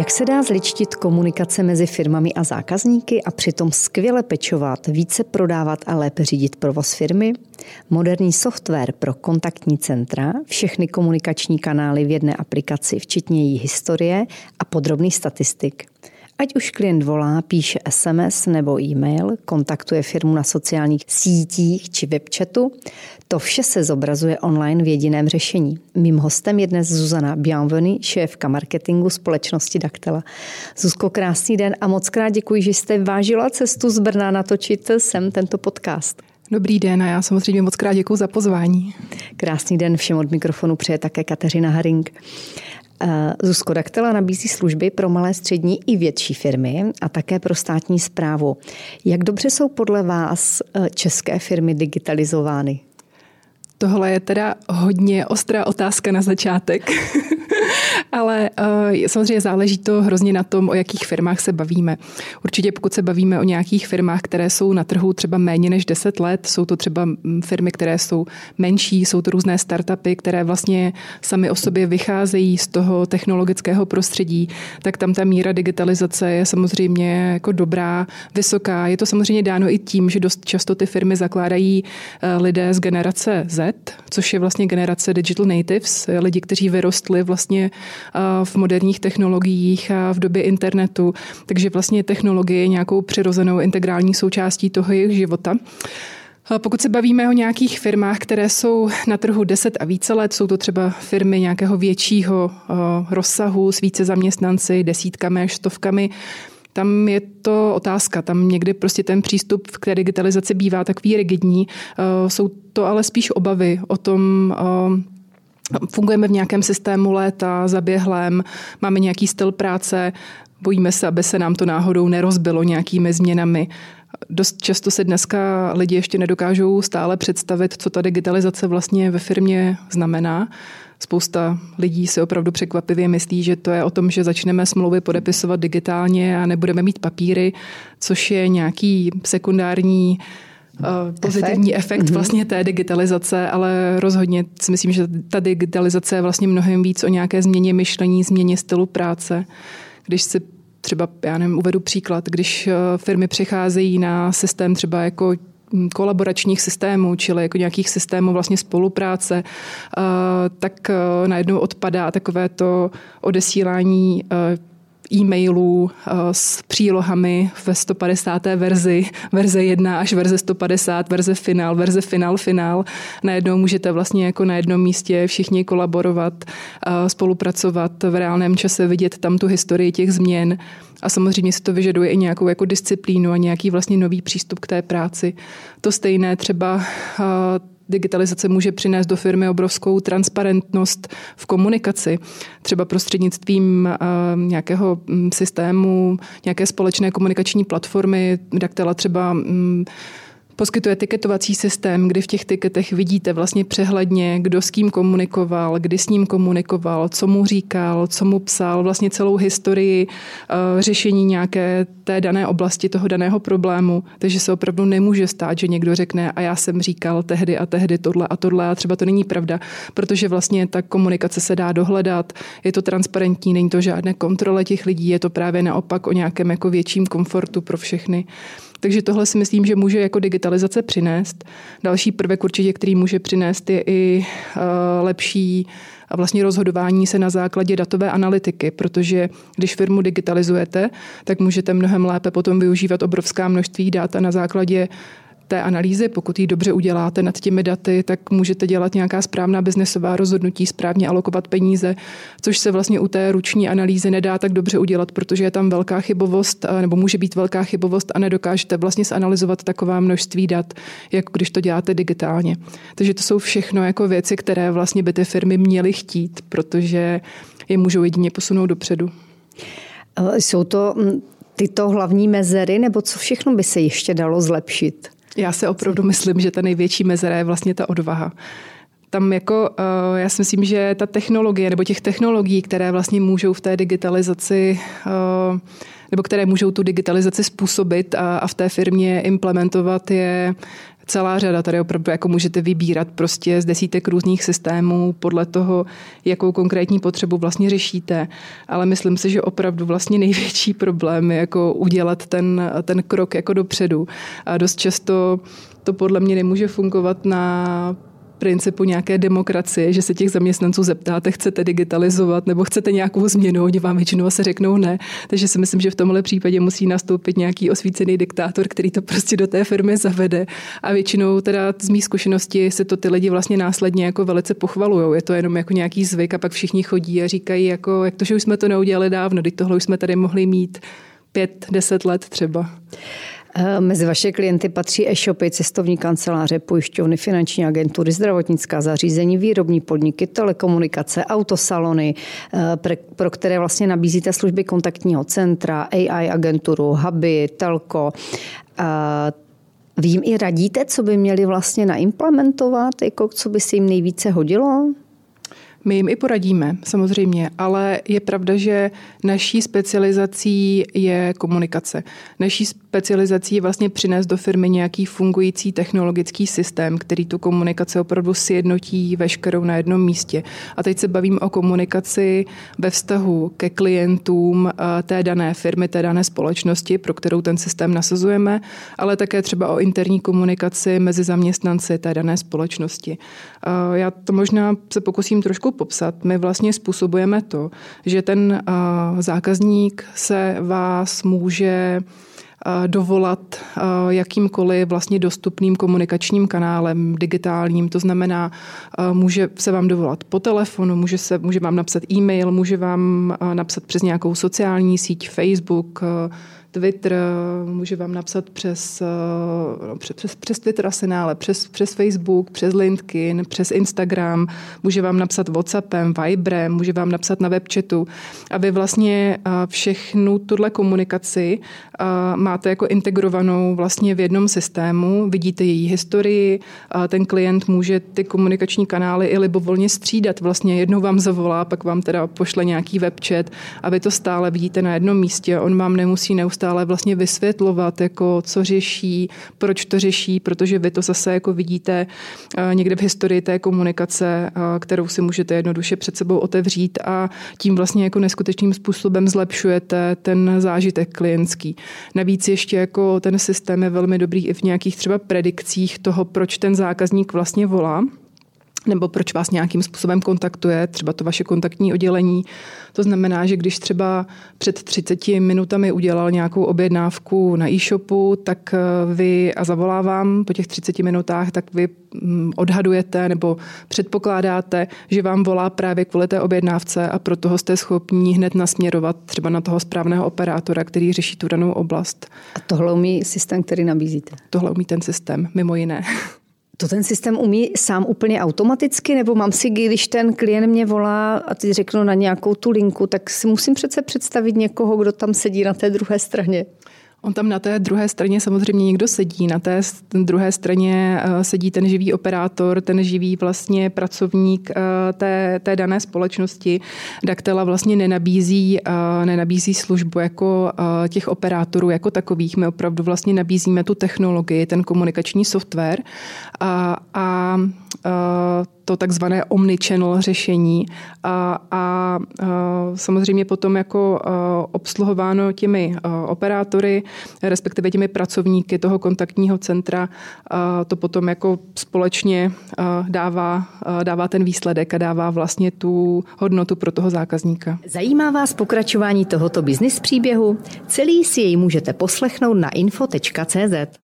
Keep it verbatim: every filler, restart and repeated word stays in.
Jak se dá zličtit komunikace mezi firmami a zákazníky a přitom skvěle pečovat, více prodávat a lépe řídit provoz firmy? Moderní software pro kontaktní centra, všechny komunikační kanály v jedné aplikaci, včetně její historie a podrobný statistik. Ať už klient volá, píše es em es nebo e-mail, kontaktuje firmu na sociálních sítích či webchatu, to vše se zobrazuje online v jediném řešení. Mým hostem je dnes Zuzana Bienvenue, šéfka marketingu společnosti Daktela. Zuzko, krásný den a moc krát děkuji, že jste vážila cestu z Brna natočit sem tento podcast. Dobrý den a já samozřejmě moc krát děkuji za pozvání. Krásný den všem od mikrofonu přeje také Kateřina Haring. Zuzko, Daktela nabízí služby pro malé, střední i větší firmy a také pro státní správu. Jak dobře jsou podle vás české firmy digitalizovány? Tohle je teda hodně ostrá otázka na začátek, ale uh, samozřejmě záleží to hrozně na tom, o jakých firmách se bavíme. Určitě pokud se bavíme o nějakých firmách, které jsou na trhu třeba méně než deset let, jsou to třeba firmy, které jsou menší, jsou to různé startupy, které vlastně sami o sobě vycházejí z toho technologického prostředí, tak tam ta míra digitalizace je samozřejmě jako dobrá, vysoká. Je to samozřejmě dáno i tím, že dost často ty firmy zakládají lidé z generace Z, což je vlastně generace digital natives, lidi, kteří vyrostli vlastně v moderních technologiích a v době internetu, takže vlastně technologie je nějakou přirozenou integrální součástí toho jejich života. Pokud se bavíme o nějakých firmách, které jsou na trhu deset a více let, jsou to třeba firmy nějakého většího rozsahu s více zaměstnanci, desítkami až stovkami, tam je to otázka, tam někdy prostě ten přístup k té digitalizaci bývá takový rigidní. Jsou to ale spíš obavy o tom, fungujeme v nějakém systému léta, zaběhlém, máme nějaký styl práce, bojíme se, aby se nám to náhodou nerozbilo nějakými změnami. Dost často se dneska lidi ještě nedokážou stále představit, co ta digitalizace vlastně ve firmě znamená. Spousta lidí si opravdu překvapivě myslí, že to je o tom, že začneme smlouvy podepisovat digitálně a nebudeme mít papíry, což je nějaký sekundární uh, pozitivní efekt, efekt vlastně té digitalizace, ale rozhodně si myslím, že ta digitalizace je vlastně mnohem víc o nějaké změně myšlení, změně stylu práce. Když si třeba, já nevím, uvedu příklad, když firmy přicházejí na systém třeba jako kolaboračních systémů, čili jako nějakých systémů vlastně spolupráce, tak najednou odpadá takové to odesílání e-mailů s přílohami ve sto padesáté verzi, verze jedna až verze sto padesát, verze finál, verze finál, finál. Najednou můžete vlastně jako na jednom místě všichni kolaborovat, spolupracovat v reálném čase, vidět tam tu historii těch změn. A samozřejmě si to vyžaduje i nějakou jako disciplínu a nějaký vlastně nový přístup k té práci. To stejné třeba digitalizace může přinést do firmy obrovskou transparentnost v komunikaci, třeba prostřednictvím nějakého systému, nějaké společné komunikační platformy, Daktela třeba poskytuje tiketovací systém, kdy v těch tiketech vidíte vlastně přehledně, kdo s kým komunikoval, kdy s ním komunikoval, co mu říkal, co mu psal, vlastně celou historii uh, řešení nějaké té dané oblasti, toho daného problému. Takže se opravdu nemůže stát, že někdo řekne a já jsem říkal tehdy a tehdy tohle a tohle a třeba to není pravda, protože vlastně ta komunikace se dá dohledat, je to transparentní, není to žádné kontrole těch lidí, je to právě naopak o nějakém jako větším komfortu pro všechny. Takže tohle si myslím, že může jako digitalizace přinést. Další prvek určitě, který může přinést, je i uh, lepší vlastně rozhodování se na základě datové analytiky, protože když firmu digitalizujete, tak můžete mnohem lépe potom využívat obrovská množství dat a na základě té analýzy, pokud ji dobře uděláte nad těmi daty, tak můžete dělat nějaká správná biznesová rozhodnutí, správně alokovat peníze, což se vlastně u té ruční analýzy nedá tak dobře udělat, protože je tam velká chybovost, nebo může být velká chybovost a nedokážete vlastně zanalyzovat taková množství dat, jako když to děláte digitálně. Takže to jsou všechno jako věci, které vlastně by ty firmy měly chtít, protože je můžou jedině posunout dopředu. Jsou to tyto hlavní mezery, nebo co všechno by se ještě dalo zlepšit? Já si opravdu myslím, že ta největší mezera je vlastně ta odvaha. Tam jako, já si myslím, že ta technologie nebo těch technologií, které vlastně můžou v té digitalizaci nebo které můžou tu digitalizaci způsobit a, a v té firmě implementovat, je celá řada, tady opravdu jako můžete vybírat prostě z desítek různých systémů podle toho, jakou konkrétní potřebu vlastně řešíte. Ale myslím si, že opravdu vlastně největší problém je jako udělat ten, ten krok jako dopředu. A dost často to podle mě nemůže fungovat na principu nějaké demokracie, že se těch zaměstnanců zeptáte, chcete digitalizovat nebo chcete nějakou změnu, oni vám většinou se řeknou ne. Takže si myslím, že v tomhle případě musí nastoupit nějaký osvícený diktátor, který to prostě do té firmy zavede. A většinou teda z mých zkušenosti se to ty lidi vlastně následně jako velice pochvalujou. Je to jenom jako nějaký zvyk a pak všichni chodí a říkají, jako, jak to, že už jsme to neudělali dávno, teď tohle už jsme tady mohli mít pět, deset let třeba. Mezi vaše klienty patří e-shopy, cestovní kanceláře, pojišťovny, finanční agentury, zdravotnická zařízení, výrobní podniky, telekomunikace, autosalony, pro které vlastně nabízíte služby kontaktního centra, A I agenturu, huby, telko. Vy jim i radíte, co by měli vlastně naimplementovat, jako co by se jim nejvíce hodilo? My jim i poradíme, samozřejmě, ale je pravda, že naší specializací je komunikace. Naší specializací je vlastně přinést do firmy nějaký fungující technologický systém, který tu komunikaci opravdu sjednotí veškerou na jednom místě. A teď se bavím o komunikaci ve vztahu ke klientům té dané firmy, té dané společnosti, pro kterou ten systém nasazujeme, ale také třeba o interní komunikaci mezi zaměstnanci té dané společnosti. Já to možná se pokusím trošku popsat. My vlastně způsobujeme to, že ten zákazník se vás může dovolat jakýmkoliv vlastně dostupným komunikačním kanálem digitálním. To znamená, může se vám dovolat po telefonu, může, se, může vám napsat e-mail, může vám napsat přes nějakou sociální síť, Facebook, Twitter, může vám napsat přes, no, přes, přes Twitter asi ne, ale přes, přes Facebook, přes LinkedIn, přes Instagram, může vám napsat WhatsAppem, Viberem, může vám napsat na webchatu. A vy vlastně všechnu tuhle komunikaci máte jako integrovanou vlastně v jednom systému, vidíte její historii, ten klient může ty komunikační kanály i libovolně střídat. Vlastně jednou vám zavolá, pak vám teda pošle nějaký webchat a vy to stále vidíte na jednom místě. On vám nemusí neustále stále vlastně vysvětlovat, jako co řeší, proč to řeší, protože vy to zase jako vidíte někde v historii té komunikace, kterou si můžete jednoduše před sebou otevřít a tím vlastně jako neskutečným způsobem zlepšujete ten zážitek klientský. Navíc ještě jako ten systém je velmi dobrý i v nějakých třeba predikcích toho, proč ten zákazník vlastně volá, nebo proč vás nějakým způsobem kontaktuje, třeba to vaše kontaktní oddělení. To znamená, že když třeba před třiceti minutami udělal nějakou objednávku na e-shopu, tak vy a zavolá vám po těch třiceti minutách, tak vy odhadujete nebo předpokládáte, že vám volá právě kvůli té objednávce a proto jste schopní hned nasměrovat třeba na toho správného operátora, který řeší tu danou oblast. A tohle umí systém, který nabízíte? Tohle umí ten systém, mimo jiné. To ten systém umí sám úplně automaticky, nebo mám si, když ten klient mě volá a teď řeknu na nějakou tu linku, tak si musím přece představit někoho, kdo tam sedí na té druhé straně. On tam na té druhé straně samozřejmě někdo sedí. Na té druhé straně sedí ten živý operátor, ten živý vlastně pracovník té, té dané společnosti. Daktela vlastně nenabízí, nenabízí službu jako těch operátorů jako takových. My opravdu vlastně nabízíme tu technologii, ten komunikační software a, a, a to takzvané omnichannel řešení a, a, a samozřejmě potom jako obsluhováno těmi operátory, respektive těmi pracovníky toho kontaktního centra, to potom jako společně dává, dává ten výsledek a dává vlastně tu hodnotu pro toho zákazníka. Zajímá vás pokračování tohoto business příběhu? Celý si jej můžete poslechnout na info tečka cé zet.